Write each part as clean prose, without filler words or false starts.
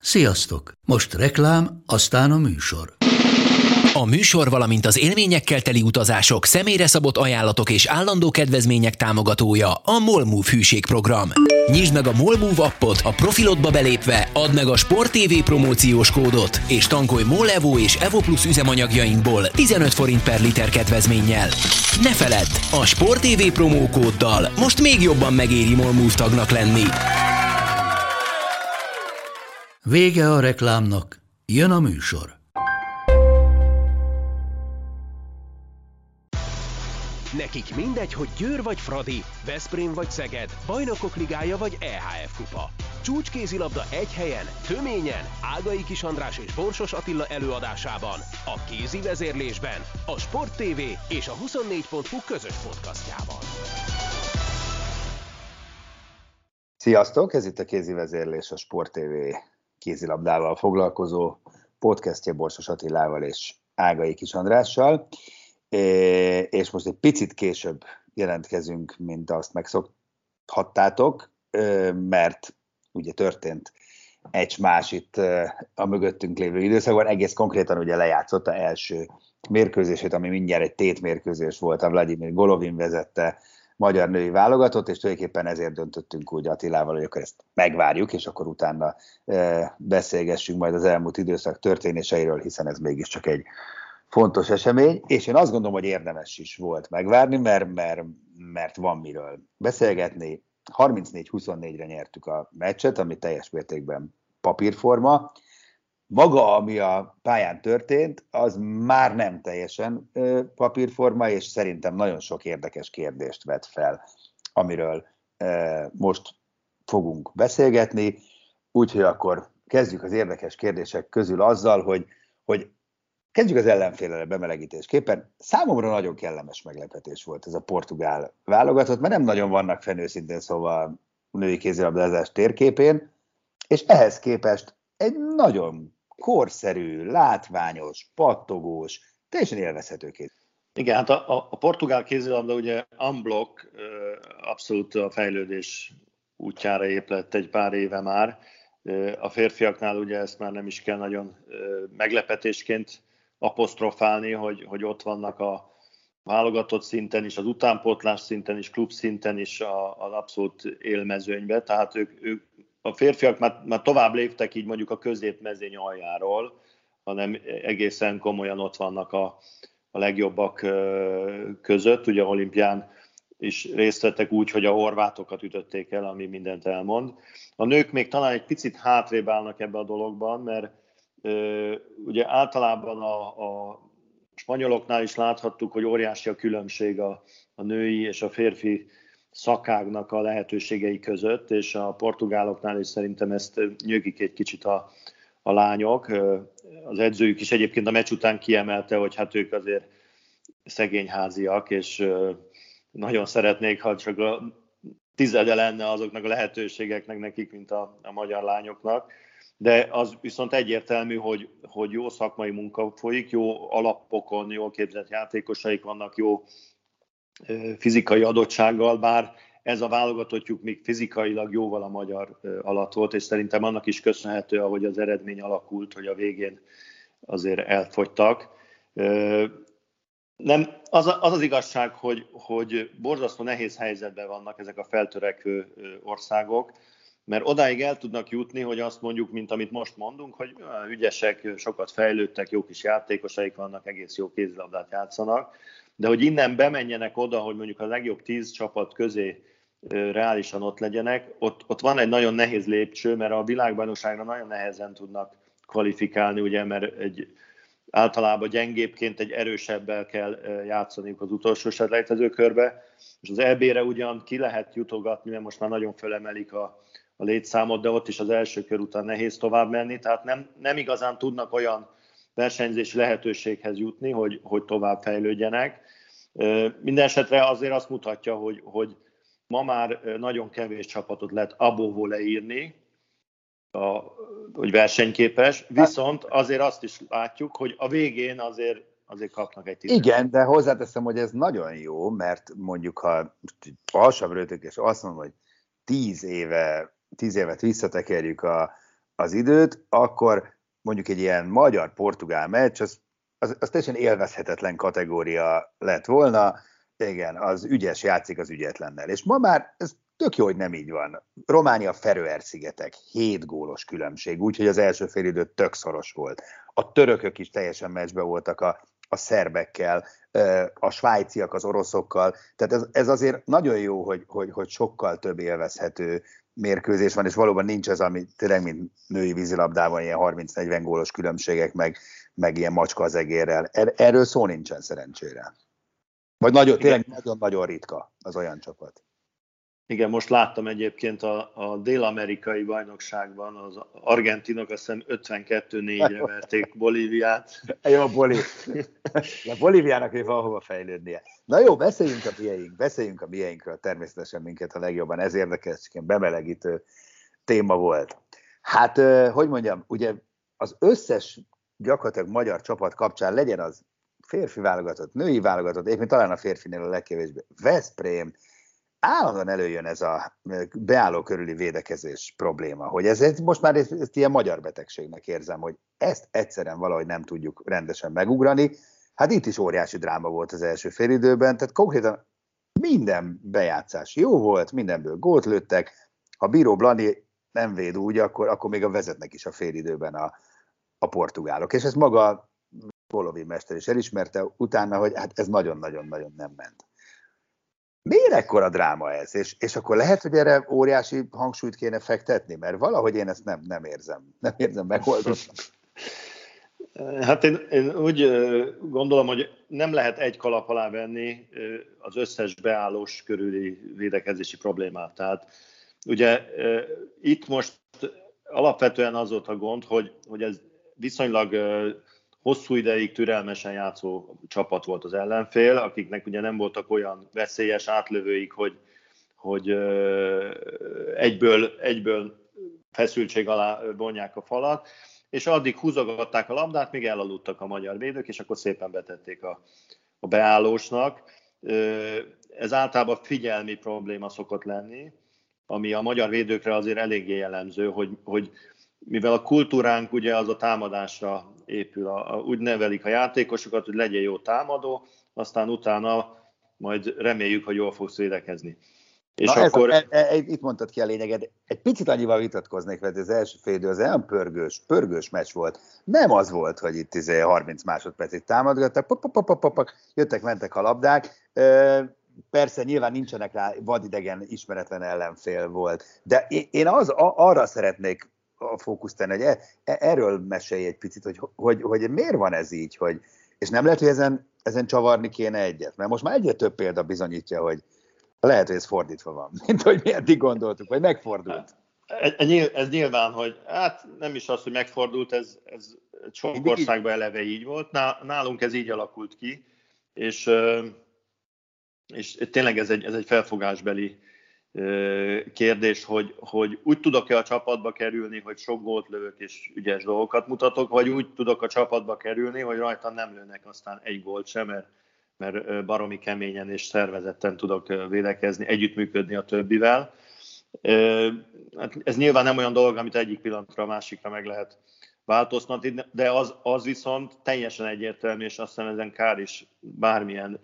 Sziasztok! Most reklám, aztán a műsor. A műsor, valamint az élményekkel teli utazások, személyre szabott ajánlatok és állandó kedvezmények támogatója a MOL Move hűségprogram. Nyisd meg a MOL Move appot, a profilodba belépve, add meg a Sport TV promóciós kódot, és tankolj MOL Evo és Evo Plus üzemanyagjainkból 15 forint per liter kedvezménnyel. Ne feledd, a Sport TV promókóddal most még jobban megéri MOL Move tagnak lenni. Vége a reklámnak, jön a műsor. Nekik mindegy, hogy Győr vagy Fradi, Veszprém vagy Szeged, Bajnokok Ligája vagy EHF Kupa. Csúcskézilabda egy helyen, töményen, Ágai Kis András és Borsos Attila előadásában, a kézi vezérlésben, a Sport TV és a 24.hu közös podcastjában. Sziasztok! Ez itt a kézi vezérlés, a Sport TV kézilabdával foglalkozó podcastje Borsos Attilával és Ágai Kis Andrással. És most egy picit később jelentkezünk, mint azt megszokhattátok, mert ugye történt egy-más itt a mögöttünk lévő időszakban, egész konkrétan ugye lejátszotta első mérkőzését, ami mindjárt egy tétmérkőzés volt, a Vladimir Golovin vezette magyar női válogatott, és tulajdonképpen ezért döntöttünk úgy Attilával, hogy akkor ezt megvárjuk, és akkor utána beszélgessünk majd az elmúlt időszak történéseiről, hiszen ez mégiscsak egy fontos esemény, és én azt gondolom, hogy érdemes is volt megvárni, mert van miről beszélgetni. 34-24-re nyertük a meccset, ami teljes mértékben papírforma. Maga, ami a pályán történt, az már nem teljesen papírforma, és szerintem nagyon sok érdekes kérdést vet fel, amiről most fogunk beszélgetni. Úgyhogy akkor kezdjük az érdekes kérdések közül azzal, hogy kezdjük az ellenfélre bemelegítésképpen. Számomra nagyon kellemes meglepetés volt ez a portugál válogatott, mert nem nagyon vannak fenn őszintén szóval a női kézilabdázás térképén, és ehhez képest egy nagyon korszerű, látványos, pattogós, teljesen élvezhető kéz. Igen, hát a portugál kézilabda ugye unblock, abszolút a fejlődés útjára épült egy pár éve már. A férfiaknál ugye ezt már nem is kell nagyon meglepetésként apostrofálni, hogy ott vannak a válogatott szinten is, az utánpótlás szinten is, klub szinten is az abszolút élmezőnybe. Tehát ők a férfiak már tovább léptek így mondjuk a középmezőny aljáról, hanem egészen komolyan ott vannak a legjobbak között. Ugye olimpián is részt vettek úgy, hogy a horvátokat ütötték el, ami mindent elmond. A nők még talán egy picit hátrébb állnak ebbe a dologban, mert ugye általában a spanyoloknál is láthattuk, hogy óriási a különbség a női és a férfi szakágnak a lehetőségei között, és a portugáloknál is szerintem ezt nyögik egy kicsit a lányok. Az edzőjük is egyébként a meccs után kiemelte, hogy hát ők azért szegényháziak, és nagyon szeretnék, ha csak a tizede lenne azoknak a lehetőségeknek nekik, mint a magyar lányoknak. De az viszont egyértelmű, hogy jó szakmai munka folyik, jó alapokon, jól képzett játékosaik vannak, jó fizikai adottsággal, bár ez a válogatottjuk még fizikailag jóval a magyar alatt volt, és szerintem annak is köszönhető, ahogy az eredmény alakult, hogy a végén azért elfogytak. Nem, az igazság, hogy borzasztó nehéz helyzetben vannak ezek a feltörekvő országok, mert odáig el tudnak jutni, hogy azt mondjuk, mint amit most mondunk, hogy ügyesek, sokat fejlődtek, jó kis játékosaik vannak, egész jó kézilabdát játszanak, de hogy innen bemenjenek oda, hogy mondjuk a legjobb 10 csapat közé reálisan ott legyenek, ott van egy nagyon nehéz lépcső, mert a világbajnokságra nagyon nehezen tudnak kvalifikálni, ugye, mert általában gyengébbként egy erősebbel kell játszaniuk az utolsó selejtezőkörbe, és az EB-re ugyan ki lehet jutogatni, mert most már nagyon fölemelik a létszámot, de ott is az első kör után nehéz tovább menni, tehát nem igazán tudnak olyan versenyzési lehetőséghez jutni, hogy tovább fejlődjenek. Minden esetre azért azt mutatja, hogy ma már nagyon kevés csapatot lehet abóvó leírni, hogy versenyképes, viszont azért azt is látjuk, hogy a végén azért kapnak egy 10. Igen, de hozzáteszem, hogy ez nagyon jó, mert mondjuk ha alsóbb rötök, és azt mondom, hogy 10 évet visszatekerjük az időt, akkor mondjuk egy ilyen magyar-portugál meccs, az teljesen élvezhetetlen kategória lett volna. Igen, az ügyes játszik az ügyetlennel. És ma már ez tök jó, hogy nem így van. Románia Feröer-szigetek, 7 gólos különbség, úgyhogy az első félidő tök szoros volt. A törökök is teljesen meccsbe voltak a szerbekkel, a svájciak az oroszokkal. Tehát ez azért nagyon jó, hogy sokkal több élvezhető mérkőzés van, és valóban nincs ez, ami tényleg, mint női vízilabdában, ilyen 30-40 gólos különbségek, meg ilyen macska az egérrel. Erről szó nincsen szerencsére. Vagy tényleg nagyon-nagyon ritka az olyan csapat. Igen, most láttam egyébként a dél-amerikai bajnokságban, az argentinok azt hiszem 52-4-re verték Bolíviát. Jó, Bolíviának még van hova fejlődnie. Na jó, beszéljünk a mieinkről, természetesen minket a legjobban, ez érdekes, bemelegítő téma volt. Hát, hogy mondjam, ugye az összes gyakorlatilag magyar csapat kapcsán, legyen az férfi válogatott, női válogatott, éppen talán a férfinél a legkevésbé, Veszprém, állandóan előjön ez a beálló körüli védekezés probléma, hogy ez most már ezt ilyen magyar betegségnek érzem, hogy ezt egyszerűen valahogy nem tudjuk rendesen megugrani. Hát itt is óriási dráma volt az első félidőben, tehát konkrétan minden bejátszás jó volt, mindenből gólt lőttek, ha Bíró Blani nem véd úgy, akkor még a vezetnek is a félidőben a portugálok. És ezt maga Golovin mester is elismerte utána, hogy hát ez nagyon-nagyon-nagyon nem ment. Miért ekkora dráma ez? És akkor lehet, hogy erre óriási hangsúlyt kéne fektetni? Mert valahogy én ezt nem érzem. Nem érzem megoldottnak. Hát én úgy gondolom, hogy nem lehet egy kalap alá venni az összes beállós körüli védekezési problémát. Tehát ugye itt most alapvetően az volt a gond, hogy ez viszonylag hosszú ideig türelmesen játszó csapat volt az ellenfél, akiknek ugye nem voltak olyan veszélyes átlövőik, hogy egyből feszültség alá vonják a falat, és addig húzogatták a labdát, míg elaludtak a magyar védők, és akkor szépen betették a beállósnak. Ez általában figyelmi probléma szokott lenni, ami a magyar védőkre azért eléggé jellemző, hogy mivel a kultúránk ugye az a támadásra épül, úgy nevelik a játékosokat, hogy legyen jó támadó, aztán utána majd reméljük, hogy jól fogsz védekezni. És na akkor... itt mondtad ki a lényeget, egy picit annyival vitatkoznék, mert az első félidő az olyan pörgős meccs volt. Nem az volt, hogy itt 30 másodpercig támadgattak, jöttek-mentek a labdák. Persze nyilván nincsenek rá vadidegen, ismeretlen ellenfél volt. De én arra szeretnék a fókuszt tenni, hogy erről mesélj egy picit, hogy miért van ez így, és nem lehet, hogy ezen csavarni kéne egyet, mert most már egyre több példa bizonyítja, hogy lehet, hogy ez fordítva van, mint hogy mi eddig gondoltuk, vagy megfordult. Ez nyilván, hogy hát nem is az, hogy megfordult, ez sok országban eleve így volt, nálunk ez így alakult ki, és tényleg ez egy felfogásbeli kérdés, hogy úgy tudok-e a csapatba kerülni, hogy sok gólt lövök és ügyes dolgokat mutatok, vagy úgy tudok a csapatba kerülni, hogy rajtam nem lőnek aztán egy gólt sem, mert baromi keményen és szervezetten tudok védekezni, együttműködni a többivel. Ez nyilván nem olyan dolog, amit egyik pillanatra a másikra meg lehet változtatni, de az viszont teljesen egyértelmű, és azt hiszem ezen kár is bármilyen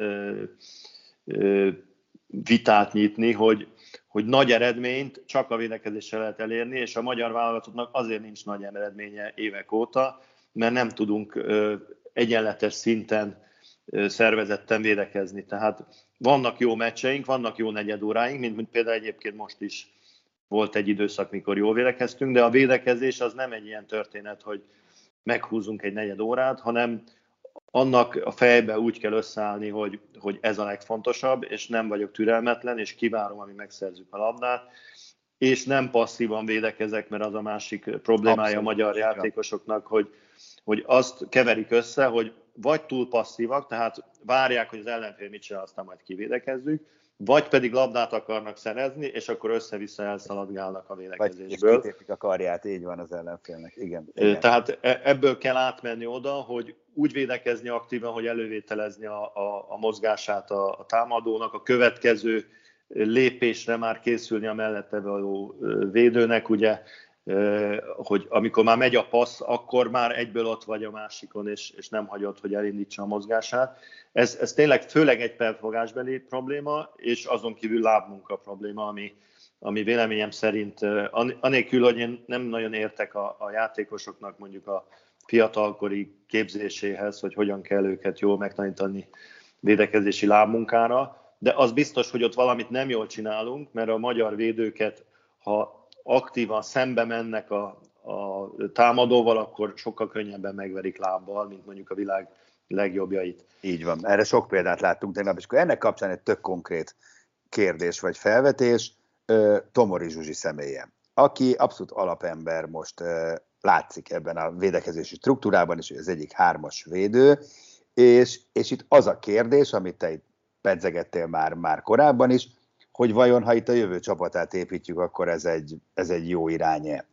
vitát nyitni, hogy nagy eredményt csak a védekezéssel lehet elérni, és a magyar válogatottnak azért nincs nagy eredménye évek óta, mert nem tudunk egyenletes szinten szervezetten védekezni. Tehát vannak jó meccseink, vannak jó negyedóráink, mint például egyébként most is volt egy időszak, mikor jól védekeztünk, de a védekezés az nem egy ilyen történet, hogy meghúzunk egy negyed órát, hanem annak a fejbe úgy kell összeállni, hogy ez a legfontosabb, és nem vagyok türelmetlen, és kivárom, amíg megszerzük a labdát, és nem passzívan védekezek, mert az a másik problémája abszolút a magyar játékosoknak, hogy azt keverik össze, hogy vagy túl passzívak, tehát várják, hogy az ellenfél mit csinál, aztán majd kivédekezzük, vagy pedig labdát akarnak szerezni, és akkor össze-vissza elszaladgálnak a védekezésből. Vagy kitépik a karját, így van az ellenfélnek. Igen. Tehát ebből kell átmenni oda, hogy úgy védekezni aktívan, hogy elővételezni a mozgását a támadónak, a következő lépésre már készülni a mellette való védőnek, ugye hogy amikor már megy a passz, akkor már egyből ott vagy a másikon, és nem hagyod, hogy elindítsa a mozgását. Ez tényleg főleg egy felfogásbeli probléma, és azon kívül lábmunka probléma, ami véleményem szerint, anélkül, hogy én nem nagyon értek a játékosoknak mondjuk a fiatalkori képzéséhez, hogy hogyan kell őket jól megtanítani védekezési lábmunkára, de az biztos, hogy ott valamit nem jól csinálunk, mert a magyar védőket, ha aktívan szembe mennek a támadóval, akkor sokkal könnyebben megverik lábbal, mint mondjuk a világ legjobbjait. Így van, erre sok példát láttunk tegnap, és akkor ennek kapcsán egy tök konkrét kérdés vagy felvetés, Tomori Zsuzsi személye, aki abszolút alapember most látszik ebben a védekezési struktúrában is, hogy az egyik 3-as védő, és itt az a kérdés, amit te itt pedzegettél már korábban is, hogy vajon, ha itt a jövő csapatát építjük, akkor ez egy jó irány-e.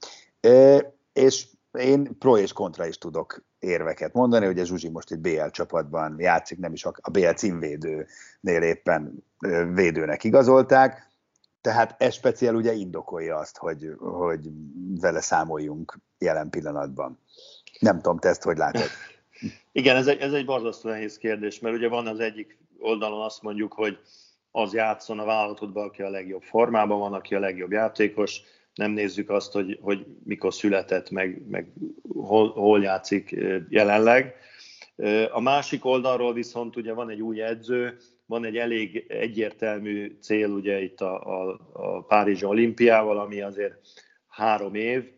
És én pro és kontra is tudok érveket mondani, hogy a Zsuzsi most itt BL csapatban játszik, nem is a BL címvédőnél éppen védőnek igazolták, tehát ez speciál ugye indokolja azt, hogy vele számoljunk jelen pillanatban. Nem tudom, te ezt hogy látod? Igen, ez egy borzasztó nehéz kérdés, mert ugye van az egyik oldalon azt mondjuk, hogy az játszon a vállalatodban, aki a legjobb formában van, aki a legjobb játékos, nem nézzük azt, hogy mikor született, meg hol játszik jelenleg. A másik oldalról viszont ugye van egy új edző, van egy elég egyértelmű cél ugye itt a Párizsi olimpiával, ami azért 3 év.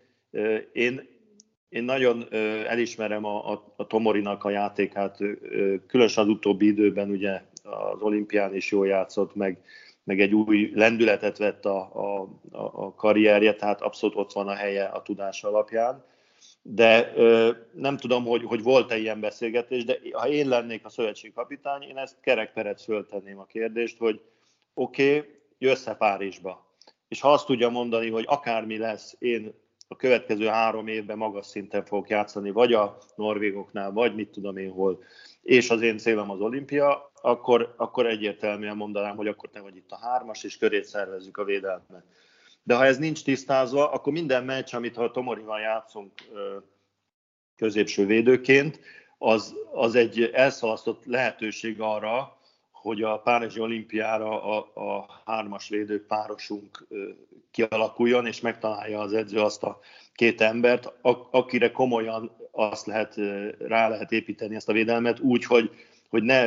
Én nagyon elismerem a Tomorinak a játékát, különösen az utóbbi időben ugye az olimpián is jól játszott, meg egy új lendületet vett a karrierje, tehát abszolút ott van a helye a tudás alapján. De nem tudom, hogy volt-e ilyen beszélgetés, de ha én lennék a szövetségkapitány, én ezt kerekperec föltenném a kérdést, hogy oké, jössz-e Párizsba? És ha azt tudja mondani, hogy akármi lesz, én a következő 3 évben magas szinten fogok játszani, vagy a norvégoknál, vagy mit tudom én hol, és az én célom az olimpia, akkor egyértelműen mondanám, hogy akkor te vagy itt a 3-as, és körét szervezzük a védelmet. De ha ez nincs tisztázva, akkor minden meccs, amit ha Tomorival játszunk középső védőként, az egy elszalasztott lehetőség arra, hogy a Párizsi olimpiára a 3-as védők párosunk kialakuljon, és megtalálja az edző azt a 2 embert, akire komolyan rá lehet építeni ezt a védelmet, úgy, hogy ne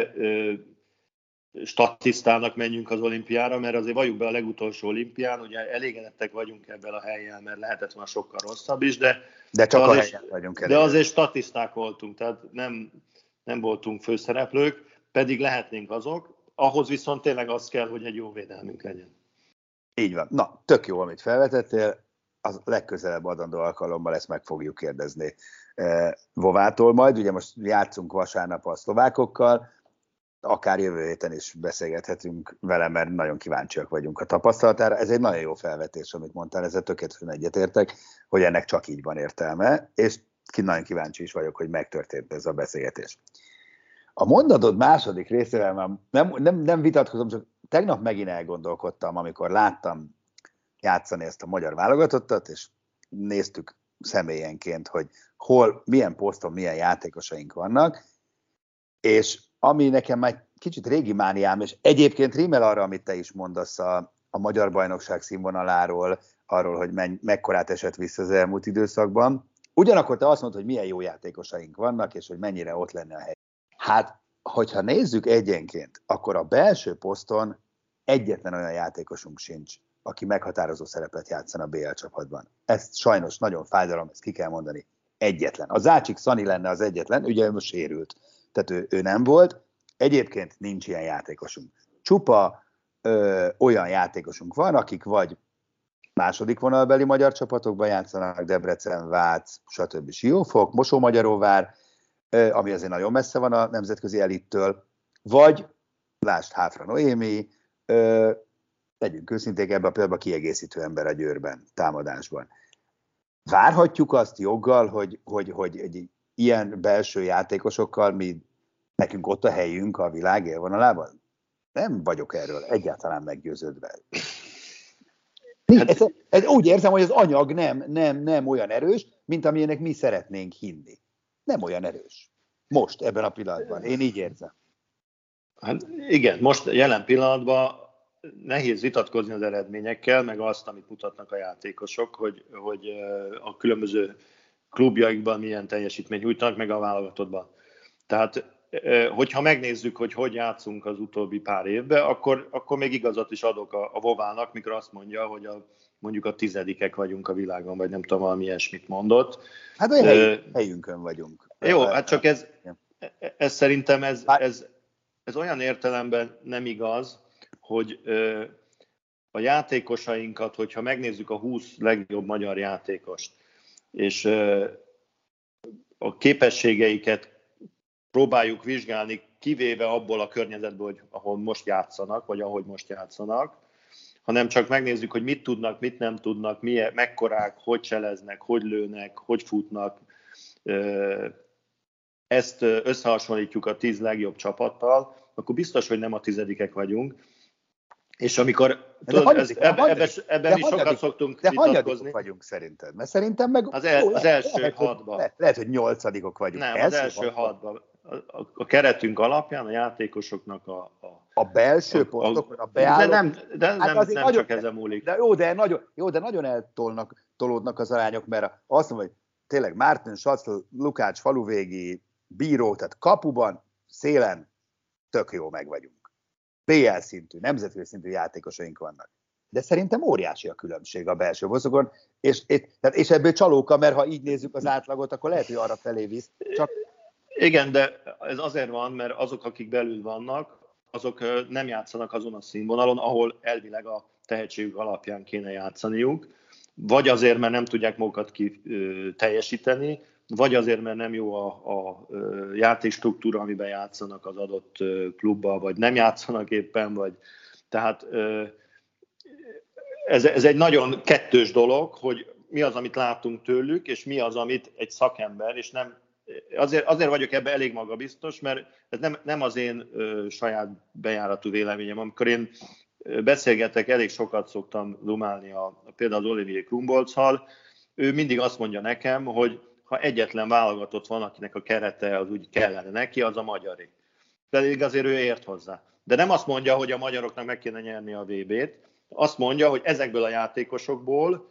statisztának menjünk az olimpiára, mert azért valljuk be a legutolsó olimpián, ugye elégedettek vagyunk ebben a helyen, mert lehetett volna sokkal rosszabb is, de csak a helyen vagyunk elégedettek. De azért statiszták voltunk, tehát nem voltunk főszereplők, pedig lehetnénk azok, ahhoz viszont tényleg az kell, hogy egy jó védelmünk legyen. Így van. Na, tök jó, amit felvetettél, az legközelebb adandó alkalommal ezt meg fogjuk kérdezni Vovától majd. Ugye most játszunk vasárnap a szlovákokkal, akár jövő héten is beszélgethetünk vele, mert nagyon kíváncsiak vagyunk a tapasztalatára. Ez egy nagyon jó felvetés, amit mondtál, ezzel tökéletesen egyetértek, hogy ennek csak így van értelme, és nagyon kíváncsi is vagyok, hogy megtörtént ez a beszélgetés. A mondatod második részével már nem vitatkozom, csak tegnap megint elgondolkodtam, amikor láttam játszani ezt a magyar válogatottat, és néztük személyenként, hogy milyen poszton milyen játékosaink vannak, és ami nekem már kicsit régi mániám, és egyébként rímel arra, amit te is mondasz a magyar bajnokság színvonaláról, arról, hogy mekkorát esett vissza az elmúlt időszakban. Ugyanakkor te azt mondod, hogy milyen jó játékosaink vannak, és hogy mennyire ott lenne a hely. Hát, hogyha nézzük egyenként, akkor a belső poszton egyetlen olyan játékosunk sincs, aki meghatározó szerepet játszan a BL csapatban. Ez sajnos nagyon fájdalom, ezt ki kell mondani. Egyetlen. A Zácsik Szani lenne az egyetlen, ugye most sérült, tehát ő nem volt. Egyébként nincs ilyen játékosunk. Csupa olyan játékosunk van, akik vagy második vonalbeli magyar csapatokban játszanak, Debrecen, Vác, stb. Siófok, Mosó-Magyaróvár, ami azért nagyon messze van a nemzetközi elittől, vagy lásd Háfra Noémi, legyünk őszinték, ebben például kiegészítő ember a Győrben, támadásban. Várhatjuk azt joggal, hogy egy ilyen belső játékosokkal nekünk ott a helyünk a világ élvonalában? Nem vagyok erről egyáltalán meggyőződve. Ez úgy érzem, hogy az anyag nem olyan erős, mint amilyenek mi szeretnénk hinni. Nem olyan erős. Most, ebben a pillanatban. Én így érzem. Hát igen, most jelen pillanatban nehéz vitatkozni az eredményekkel, meg azt, amit mutatnak a játékosok, hogy a különböző klubjaikban milyen teljesítményt nyújtanak, meg a válogatottban. Tehát, hogyha megnézzük, hogy játszunk az utóbbi pár évben, akkor még igazat is adok a Vovának, mikor azt mondja, hogy mondjuk a 10. vagyunk a világon, vagy nem tudom, valami ilyesmit mondott. Hát olyan helyünkön vagyunk. Jó, hát csak ez szerintem ez olyan értelemben nem igaz, hogy a játékosainkat, hogyha megnézzük a 20 legjobb magyar játékost, és a képességeiket próbáljuk vizsgálni, kivéve abból a környezetből, ahol most játszanak, vagy ahogy most játszanak, hanem csak megnézzük, hogy mit tudnak, mit nem tudnak, mekkorák, hogy cseleznek, hogy lőnek, hogy futnak. Ezt összehasonlítjuk a 10 legjobb csapattal, akkor biztos, hogy nem a 10. vagyunk. És amikor ebben mi sokat szoktunk vitatkozni. Vagyunk szerinted? Mert szerintem meg az első 6-ban. Lehet, hogy 8. vagyunk. Nem, az első 6-ban. A keretünk alapján a játékosoknak a belső posztokon, a beállók... Nem csak ezen múlik. De nagyon eltolódnak az arányok, mert azt mondom, hogy tényleg Márton, Sacl, Lukács, faluvégi, bíró, tehát kapuban, szélen tök jó meg vagyunk. BL szintű, nemzetközi szintű játékosaink vannak. De szerintem óriási a különbség a belső posztokon, és ebből csalóka, mert ha így nézzük az átlagot, akkor lehet, hogy arra felé visz. Csak... Igen, de ez azért van, mert azok, akik belül vannak, azok nem játszanak azon a színvonalon, ahol elvileg a tehetségük alapján kéne játszaniuk, vagy azért, mert nem tudják magukat teljesíteni, vagy azért, mert nem jó a játékstruktúra, amiben játszanak az adott klubban, vagy nem játszanak éppen, vagy... Tehát ez egy nagyon kettős dolog, hogy mi az, amit látunk tőlük, és mi az, amit egy szakember, és nem... Azért vagyok ebben elég magabiztos, mert ez nem az én saját bejáratú véleményem. Amikor én beszélgetek, elég sokat szoktam dumálni például az Olivier Krumbolccal, ő mindig azt mondja nekem, hogy ha egyetlen válogatott van, akinek a kerete az úgy kellene neki, az a magyaré. Pedig azért ő ért hozzá. De nem azt mondja, hogy a magyaroknak meg kéne nyerni a VB-t, azt mondja, hogy ezekből a játékosokból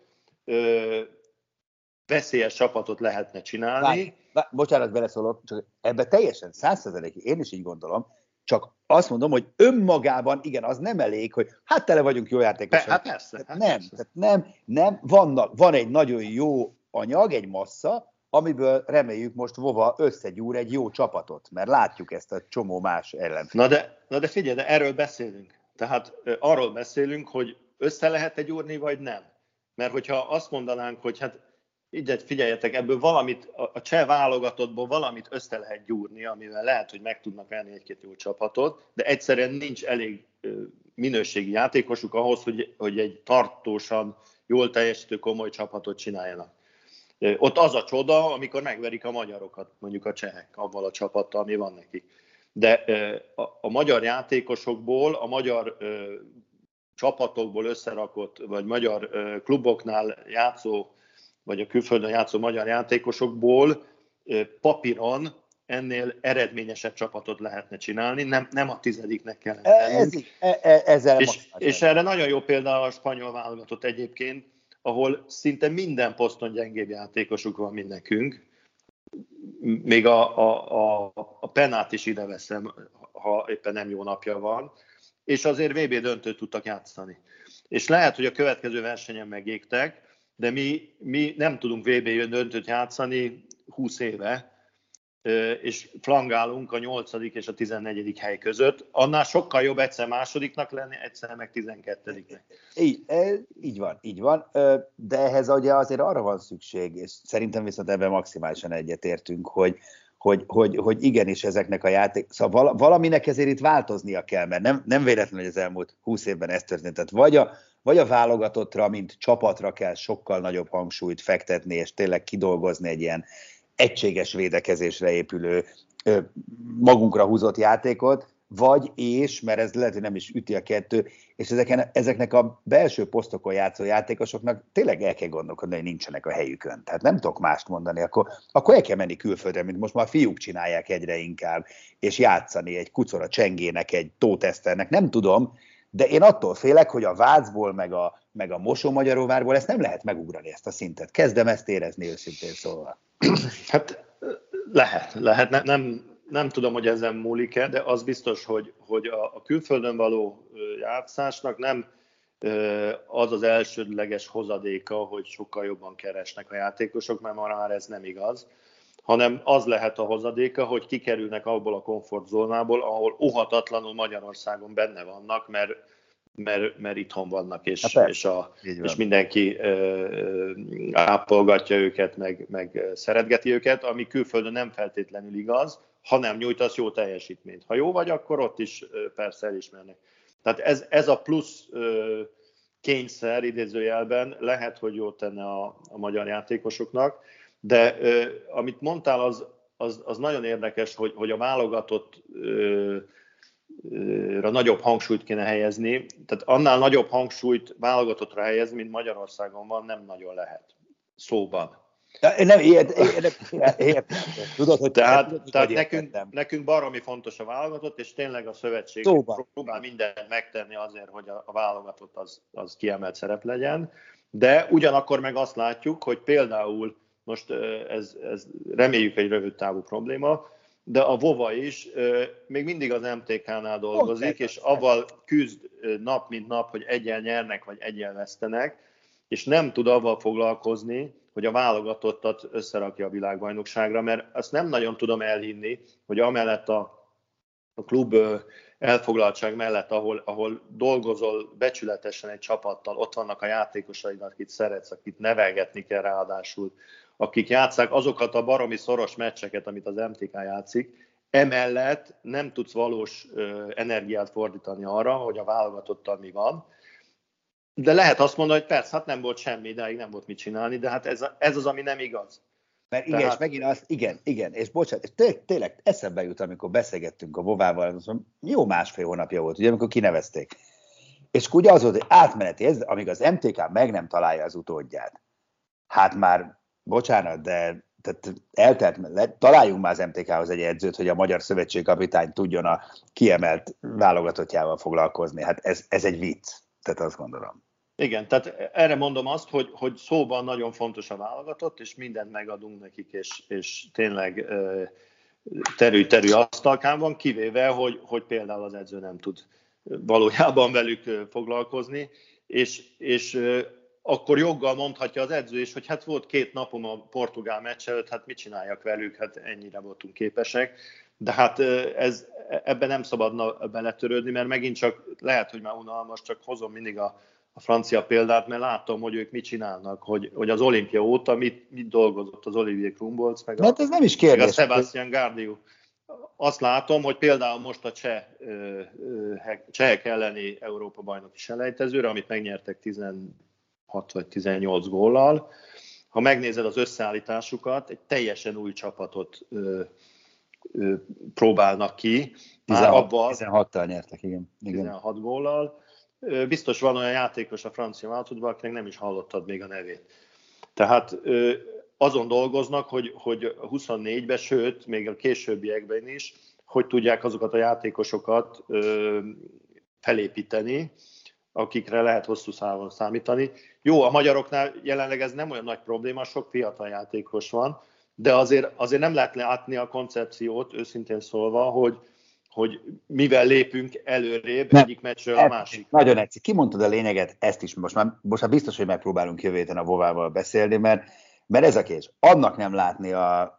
veszélyes csapatot lehetne csinálni. Bocsánat, beleszólok, csak ebbe teljesen 100%, én is így gondolom, csak azt mondom, hogy önmagában, igen, az nem elég, hogy hát tele vagyunk jó játékosok. Hát persze. Nem. Van egy nagyon jó anyag, egy massza, amiből reméljük most Vova összegyúr egy jó csapatot, mert látjuk ezt a csomó más ellenfélt. Na de figyelj, de erről beszélünk. Tehát arról beszélünk, hogy össze lehet-e gyúrni, vagy nem. Mert hogyha azt mondanánk, hogy hát így figyeljetek, ebből valamit, a cseh válogatottból valamit össze lehet gyúrni, amivel lehet, hogy meg tudnak venni egy-két jó csapatot, de egyszerűen nincs elég minőségi játékosuk ahhoz, hogy egy tartósan, jól teljesítő, komoly csapatot csináljanak. Ott az a csoda, amikor megverik a magyarokat, mondjuk a csehek, avval a csapattal, ami van nekik. De a magyar játékosokból, a magyar csapatokból összerakott, vagy magyar kluboknál játszó, vagy a külföldön játszó magyar játékosokból papíron ennél eredményesebb csapatot lehetne csinálni, nem a 10. kellene lennünk. És erre nagyon jó példa a spanyol válogatott egyébként, ahol szinte minden poszton gyengébb játékosuk van, mint nekünk. Még a Penát is ide veszem, ha éppen nem jó napja van, és azért VB döntőt tudtak játszani. És lehet, hogy a következő versenyen megégtek, de mi nem tudunk VB döntőt játszani 20 éve, és flangálunk a 8. és a 14. hely között. Annál sokkal jobb egyszer másodiknak lenni, egyszer meg 12-nek. Így van, de ehhez ugye azért arra van szükség, és szerintem viszont ebben maximálisan egyetértünk, hogy igenis ezeknek a szóval valaminek ezért itt változnia kell, mert nem véletlenül, hogy az elmúlt 20 évben ez történt. Tehát vagy a válogatottra, mint csapatra kell sokkal nagyobb hangsúlyt fektetni, és tényleg kidolgozni egy ilyen egységes védekezésre épülő, magunkra húzott játékot, mert ez lehet, hogy nem is üti a kettő, és ezeknek a belső posztokon játszó játékosoknak tényleg el kell gondolkodni, hogy nincsenek a helyükön. Tehát nem tudok mást mondani, akkor el kell menni külföldre, mint most már a fiúk csinálják egyre inkább, és játszani egy Kucora Csengének, egy Tóth Eszternek, nem tudom, de én attól félek, hogy a Vácból, meg a Mosonmagyaróvárból ezt nem lehet megugrani, ezt a szintet. Kezdem ezt érezni őszintén szólva. Hát lehet. Nem tudom, hogy ezen múlik-e, de az biztos, hogy a külföldön való játszásnak nem az az elsődleges hozadéka, hogy sokkal jobban keresnek a játékosok, mert már ez nem igaz, hanem az lehet a hozadéka, hogy kikerülnek abból a komfortzónából, ahol óhatatlanul Magyarországon benne vannak, mert itthon vannak, és mindenki ápolgatja őket, meg szeretgeti őket, ami külföldön nem feltétlenül igaz, ha nem nyújtasz jó teljesítményt. Ha jó vagy, akkor ott is persze elismernek. Tehát ez a plusz kényszer idézőjelben lehet, hogy jót tenne a magyar játékosoknak, de amit mondtál, az nagyon érdekes, hogy a válogatottra nagyobb hangsúlyt kéne helyezni. Tehát annál nagyobb hangsúlyt válogatottra helyezni, mint Magyarországon van, nem nagyon lehet. Szóban. Nem, értem. Tudod, hogy tehát nekünk baromi fontos a válogatott, és tényleg a szövetség próbál mindent megtenni azért, hogy a válogatott az kiemelt szerep legyen, de ugyanakkor meg azt látjuk, hogy például most ez reméljük egy rövid távú probléma, de a Vova is még mindig az MTK-nál dolgozik, és avval küzd nap mint nap, hogy egyen nyernek, vagy egyen vesztenek, és nem tud avval foglalkozni, hogy a válogatottat összerakja a világbajnokságra, mert azt nem nagyon tudom elhinni, hogy amellett a klub elfoglaltság mellett, ahol dolgozol becsületesen egy csapattal, ott vannak a játékosaid, akit szeretsz, akit nevelgetni kell ráadásul, akik játsszák azokat a baromi szoros meccseket, amit az MTK játszik, emellett nem tudsz valós energiát fordítani arra, hogy a válogatottal mi van. De lehet azt mondani, hogy persze, hát nem volt semmi, ideig nem volt mit csinálni, de hát ez az, ami nem igaz. Mert igen, és megint azt, igen, és bocsánat, és tényleg eszembe jut, amikor beszélgettünk a Vovával, jó másfél hónapja volt, ugye, amikor kinevezték. És ugye az volt, hogy átmeneti, amíg az MTK meg nem találja az utódját. Hát már, bocsánat, de tehát találjunk már az MTK-hoz egy edzőt, hogy a Magyar Szövetségkapitány tudjon a kiemelt válogatottjával foglalkozni. Hát ez egy vicc, tehát azt gondolom. Igen, tehát erre mondom azt, hogy szóban nagyon fontos a válogatott, és mindent megadunk nekik, és tényleg terű asztalkán van, kivéve, hogy például az edző nem tud valójában velük foglalkozni, és akkor joggal mondhatja az edző is, hogy hát volt 2 napom a portugál meccs előtt, hát mit csináljak velük, hát ennyire voltunk képesek. De hát ebben nem szabadna beletörődni, mert megint csak lehet, hogy már unalmas, csak hozom mindig a francia példát, mert látom, hogy ők mit csinálnak, hogy az olimpia óta mit dolgozott az Olivier Krumbolc, meg ez nem is kérdés, meg a Sebastian Gardiu. Azt látom, hogy például most a csehek elleni Európa-bajnoki selejtezőre, amit megnyertek 16 vagy 18 góllal, ha megnézed az összeállításukat, egy teljesen új csapatot próbálnak ki. 16-tal nyertek, igen. 16 góllal. Biztos van olyan játékos a francia válogatottban, akinek nem is hallottad még a nevét. Tehát azon dolgoznak, hogy 24-ben, sőt, még a későbbiekben is, hogy tudják azokat a játékosokat felépíteni, akikre lehet hosszú távon számítani. Jó, a magyaroknál jelenleg ez nem olyan nagy probléma, sok fiatal játékos van, de azért nem lehet látni a koncepciót, őszintén szólva, hogy mivel lépünk előrébb egyik meccsről a másik. Nagyon egyszerű. Kimondtad a lényeget, ezt is most már biztos, hogy megpróbálunk jövő héten a Vovával beszélni, mert ez a kérdés. Annak nem látni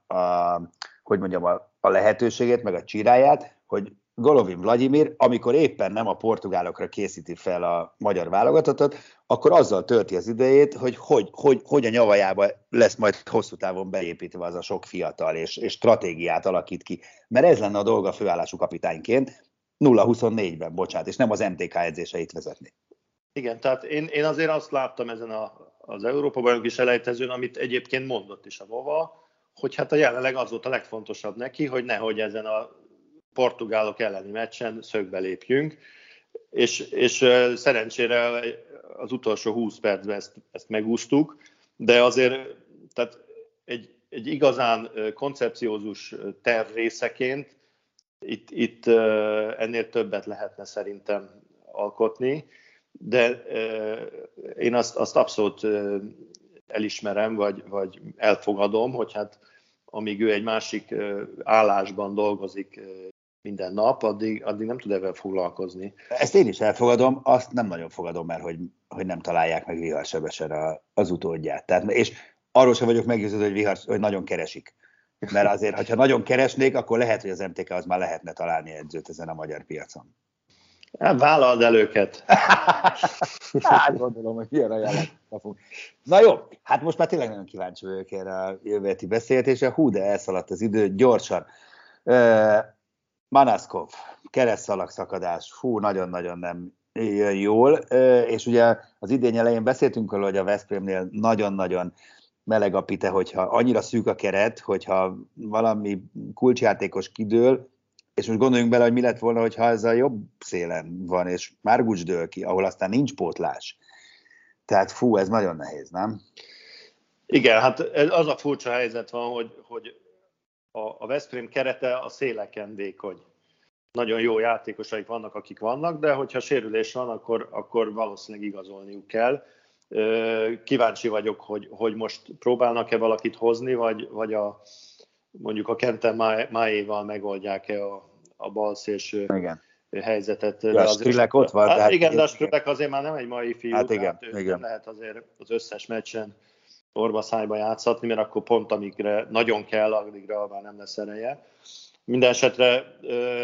a lehetőségét, meg a csiráját, hogy Golovin Vladimir, amikor éppen nem a portugálokra készíti fel a magyar válogatottat, akkor azzal tölti az idejét, hogy a nyavajába lesz majd hosszú távon beépítve az a sok fiatal, és stratégiát alakít ki. Mert ez lenne a dolga főállású kapitányként 0-24-ben, bocsánat, és nem az MTK edzéseit vezetni. Igen, tehát én azért azt láttam ezen az Európa-bajnoki selejtezőn, amit egyébként mondott is a Vova, hogy hát a jelenleg az volt a legfontosabb neki, hogy nehogy ezen a portugálok elleni meccsen szögbe lépjünk, és szerencsére az utolsó 20 percben ezt megúsztuk, de azért tehát egy igazán koncepciózus terv részeként itt ennél többet lehetne szerintem alkotni, de én azt abszolút elismerem, vagy elfogadom, hogy hát amíg ő egy másik állásban dolgozik minden nap, addig nem tud ebben foglalkozni. Ezt én is elfogadom, azt nem nagyon fogadom el, hogy nem találják meg Viharsebesen az utódját. Tehát, és arról sem vagyok meggyőződve, hogy nagyon keresik. Mert azért, ha nagyon keresnék, akkor lehet, hogy az MTK az már lehetne találni edzőt ezen a magyar piacon. Hát vállald el őket. Hát gondolom, hogy milyen ajánlatot kapunk. Na jó, hát most már tényleg nagyon kíváncsi vagyok erre a jövő heti beszélgetésre. Hú, de elszaladt az idő, gyorsan. Manaskov, keresztszalagszakadás, nagyon-nagyon nem jön jól, és ugye az idény elején beszéltünk arról, hogy a Veszprémnél nagyon-nagyon meleg a pite, hogyha annyira szűk a keret, hogyha valami kulcsjátékos kidől, és most gondoljunk bele, hogy mi lett volna, hogyha ez a jobb szélen van, és Margucs dől ki, ahol aztán nincs pótlás. Tehát ez nagyon nehéz, nem? Igen, hát az a furcsa helyzet van, hogy a Veszprém kerete a széleken vékony. Nagyon jó játékosaik vannak, akik vannak, de hogyha sérülés van, akkor valószínűleg igazolniuk kell. Kíváncsi vagyok, hogy most próbálnak-e valakit hozni, vagy mondjuk a Kenten Máéval megoldják-e a balszélső helyzetet. Ja, Strilek ott van. Hát igen, de a Strilek azért már nem egy mai fiú, hát igen. Nem lehet azért az összes meccsen orva-szájba játszatni, mert akkor pont amikre nagyon kell, addigra már nem lesz ereje. Minden esetre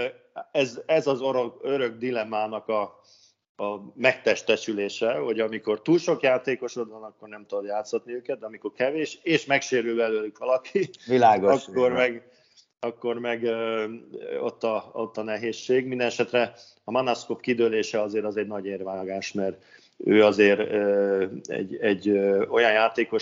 ez az örök dilemmának a megtestesülése, hogy amikor túl sok játékosod van, akkor nem tudod játszatni őket, de amikor kevés, és megsérül belőlük valaki, világos, akkor meg ott a nehézség. Minden esetre a Manaskov kidőlése azért az egy nagy érvágás, mert ő azért egy olyan játékos,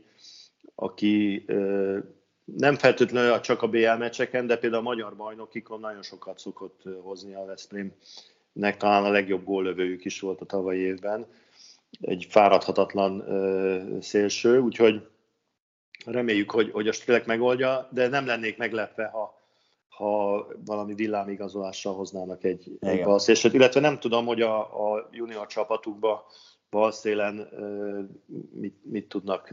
aki nem feltétlenül csak a BL meccseken, de például a magyar bajnokikon nagyon sokat szokott hozni a Veszprémnek, talán a legjobb góllövőjük is volt a tavalyi évben. Egy fáradhatatlan szélső, úgyhogy reméljük, hogy a Strilek megoldja, de nem lennék meglepve, ha valami villámigazolással hoznának egy balszélsőt. Illetve nem tudom, hogy a junior csapatukban balszélen mit tudnak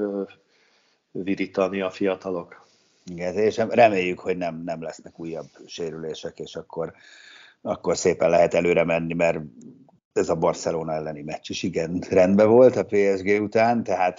virítani a fiatalok. Igen, és reméljük, hogy nem lesznek újabb sérülések, és akkor szépen lehet előre menni, mert ez a Barcelona elleni meccs is igen rendben volt a PSG után, tehát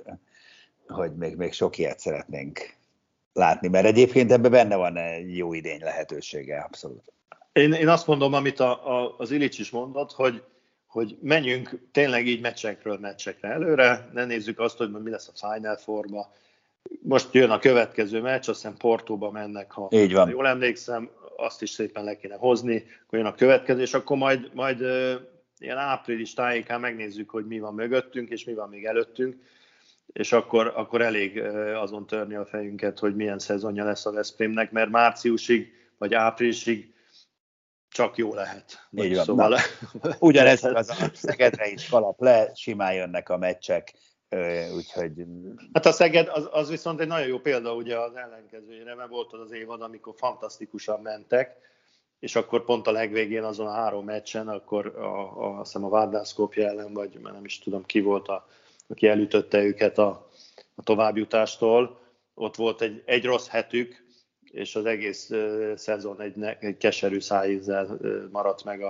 hogy még sok ilyet szeretnénk látni, mert egyébként ebben benne van egy jó idény lehetősége, abszolút. Én azt mondom, amit az Ilics is mondott, hogy menjünk tényleg így meccsekre előre, ne nézzük azt, hogy mi lesz a Final Four-ba. Most jön a következő meccs, azt hiszem Portóba mennek, ha jól emlékszem, azt is szépen le kéne hozni, akkor jön a következő, és akkor majd ilyen április tájékán megnézzük, hogy mi van mögöttünk, és mi van még előttünk, és akkor elég azon törni a fejünket, hogy milyen szezonja lesz a Veszprémnek, mert márciusig vagy áprilisig csak jó lehet. Így van. Szóval... Ugyanez az a Szegedre is kalap le, simán jönnek a meccsek, úgyhogy... Hát a Szeged az viszont egy nagyon jó példa ugye az ellenkezőjére, mert volt az évad, amikor fantasztikusan mentek, és akkor pont a legvégén azon a 3 meccsen, akkor azt hiszem a Vardar Skopje ellen, vagy nem is tudom ki volt, aki elütötte őket a továbbjutástól. Ott volt egy rossz hetük, és az egész szezon egy keserű szájízzel maradt meg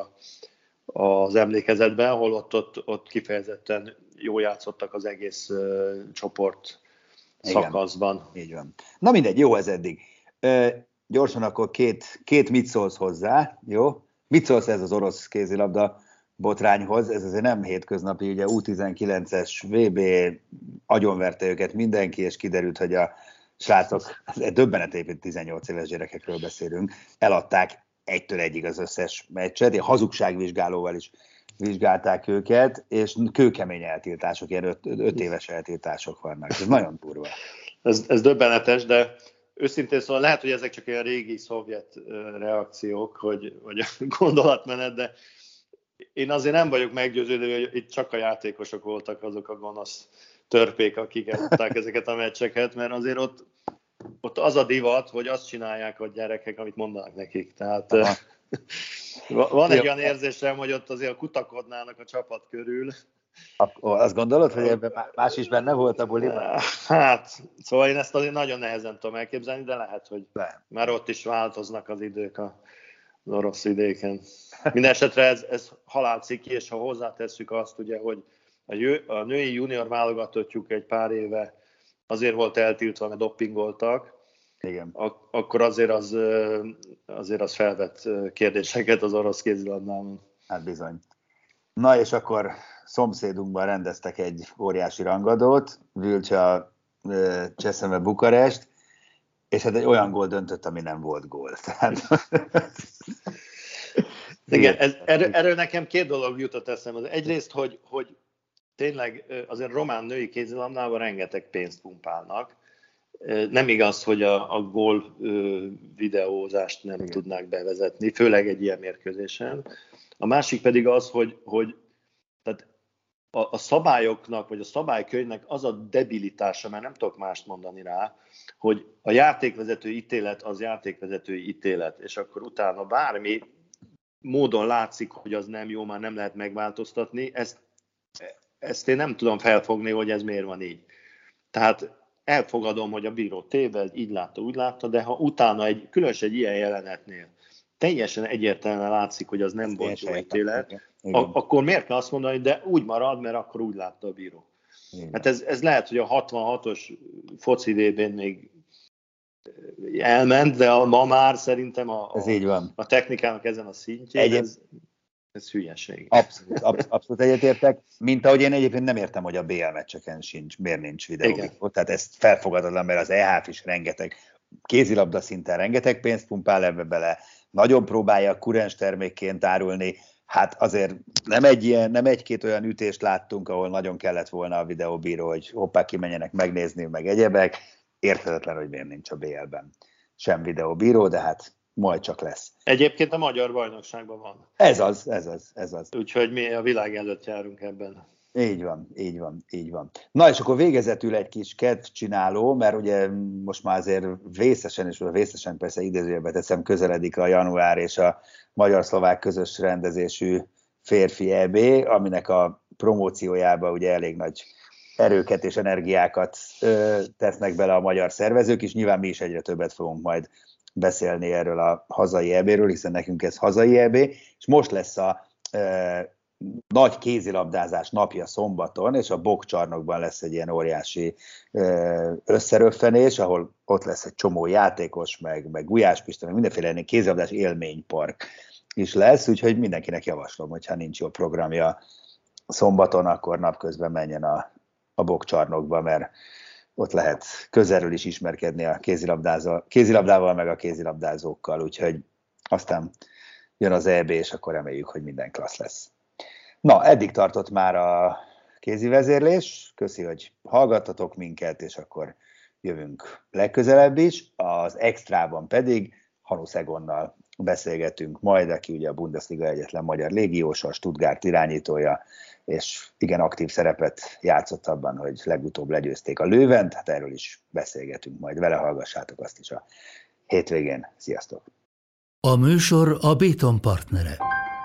az emlékezetben, holott ott kifejezetten jól játszottak az egész csoport szakaszban. Így van. Na mindegy, jó ez eddig. Gyorsan akkor két mit szólsz hozzá, jó? Mit szólsz ez az orosz kézilabda botrányhoz? Ez azért nem hétköznapi, ugye U19-es VB agyonverte őket mindenki, és kiderült, hogy a srácok, döbbenet épít 18 éves gyerekekről beszélünk, eladták 1-1 az összes meccset, ilyen hazugságvizsgálóval is vizsgálták őket, és kőkemény eltiltások, ilyen 5 éves eltiltások vannak. Ez nagyon durva. Ez döbbenetes, de őszintén szóval lehet, hogy ezek csak olyan régi szovjet reakciók, vagy a gondolatmenet, de én azért nem vagyok meggyőződő, hogy itt csak a játékosok voltak azok a gonosz törpék, akik eludták ezeket a meccseket, mert azért ott az a divat, hogy azt csinálják a gyerekek, amit mondanak nekik. Tehát van egy olyan érzésem, hogy ott azért kutakodnának a csapat körül. Azt gondolod, hogy ebben más is benne volt a buliban? Hát, szóval én ezt azért nagyon nehezen tudom elképzelni, de lehet, hogy már ott is változnak az idők az orosz vidéken. Mindenesetre ez halálciki, és ha hozzátesszük azt, ugye, hogy a női junior válogatottjuk egy pár éve azért volt eltiltva, mert doppingoltak, igen. Akkor azért az felvett kérdéseket az orosz kézilabdában. Hát bizony. Na és akkor szomszédunkban rendeztek egy óriási rangadót, Vülcsa Cseszeme Bukarest, és hát egy olyan gól döntött, ami nem volt gól. Tehát... Igen, erről nekem két dolog jutott eszembe. Egyrészt, hogy tényleg azért román női kézilabdában rengeteg pénzt pumpálnak. Nem igaz, hogy a gól videózást nem tudnák bevezetni, főleg egy ilyen mérkőzésen. A másik pedig az, hogy tehát a szabályoknak, vagy a szabálykönyvnek az a debilitása, mert nem tudok mást mondani rá, hogy a játékvezető ítélet az játékvezetői ítélet, és akkor utána bármi módon látszik, hogy az nem jó, már nem lehet megváltoztatni, ezt én nem tudom felfogni, hogy ez miért van így. Tehát elfogadom, hogy a bíró téved, így látta, úgy látta, de ha utána különösen egy ilyen jelenetnél teljesen egyértelműen látszik, hogy az nem volt jó ítélet, akkor miért kell azt mondani, de úgy marad, mert akkor úgy látta a bíró. Hát ez lehet, hogy a 66-os foci VB-n még elment, de ma már szerintem ez így van. A technikának ezen a szintjén ez hülyeség. Abszolút egyetértek, mint ahogy én egyébként nem értem, hogy a BL meccseken miért nincs videó. Tehát ez felfogadatlan, mert az EHF is rengeteg, kézilabda szinten rengeteg pénzt pumpál ebbe bele, nagyon próbálja kurens termékként árulni. Hát azért nem egy-két olyan ütést láttunk, ahol nagyon kellett volna a videóbíró, hogy hoppá, kimenjenek megnézni, meg egyebek. Érthetetlen, hogy miért nincs a BL-ben sem videóbíró, de hát majd csak lesz. Egyébként a magyar bajnokságban van. Ez az. Úgyhogy mi a világ előtt járunk ebben. Így van. Na és akkor végezetül egy kis kedvcsináló, mert ugye most már azért vészesen persze idézőjelbe teszem, közeledik a január és a magyar-szlovák közös rendezésű férfi EB, aminek a promóciójába ugye elég nagy erőket és energiákat tesznek bele a magyar szervezők, és nyilván mi is egyre többet fogunk majd beszélni erről a hazai EB-ről, hiszen nekünk ez hazai EB, és most lesz a nagy kézilabdázás napja szombaton, és a Bokcsarnokban lesz egy ilyen óriási összeröffenés, ahol ott lesz egy csomó játékos, meg Gulyás Pista, meg mindenféle kézilabdás élménypark is lesz, úgyhogy mindenkinek javaslom, hogyha nincs jó programja szombaton, akkor napközben menjen a Bokcsarnokba, mert ott lehet közelről is ismerkedni a kézilabdával, meg a kézilabdázókkal, úgyhogy aztán jön az EB, és akkor reméljük, hogy minden klassz lesz. Na, eddig tartott már a kézi vezérlés. Köszi, hogy hallgattatok minket, és akkor jövünk legközelebb is. Az extrában pedig Hanusz Egonnal beszélgetünk majd, aki ugye a Bundesliga egyetlen magyar légiós, a Stuttgart irányítója, és igen aktív szerepet játszott abban, hogy legutóbb legyőzték a Lővent, hát erről is beszélgetünk majd vele, hallgassátok azt is a hétvégén. Sziasztok! A műsor a Béton partnere.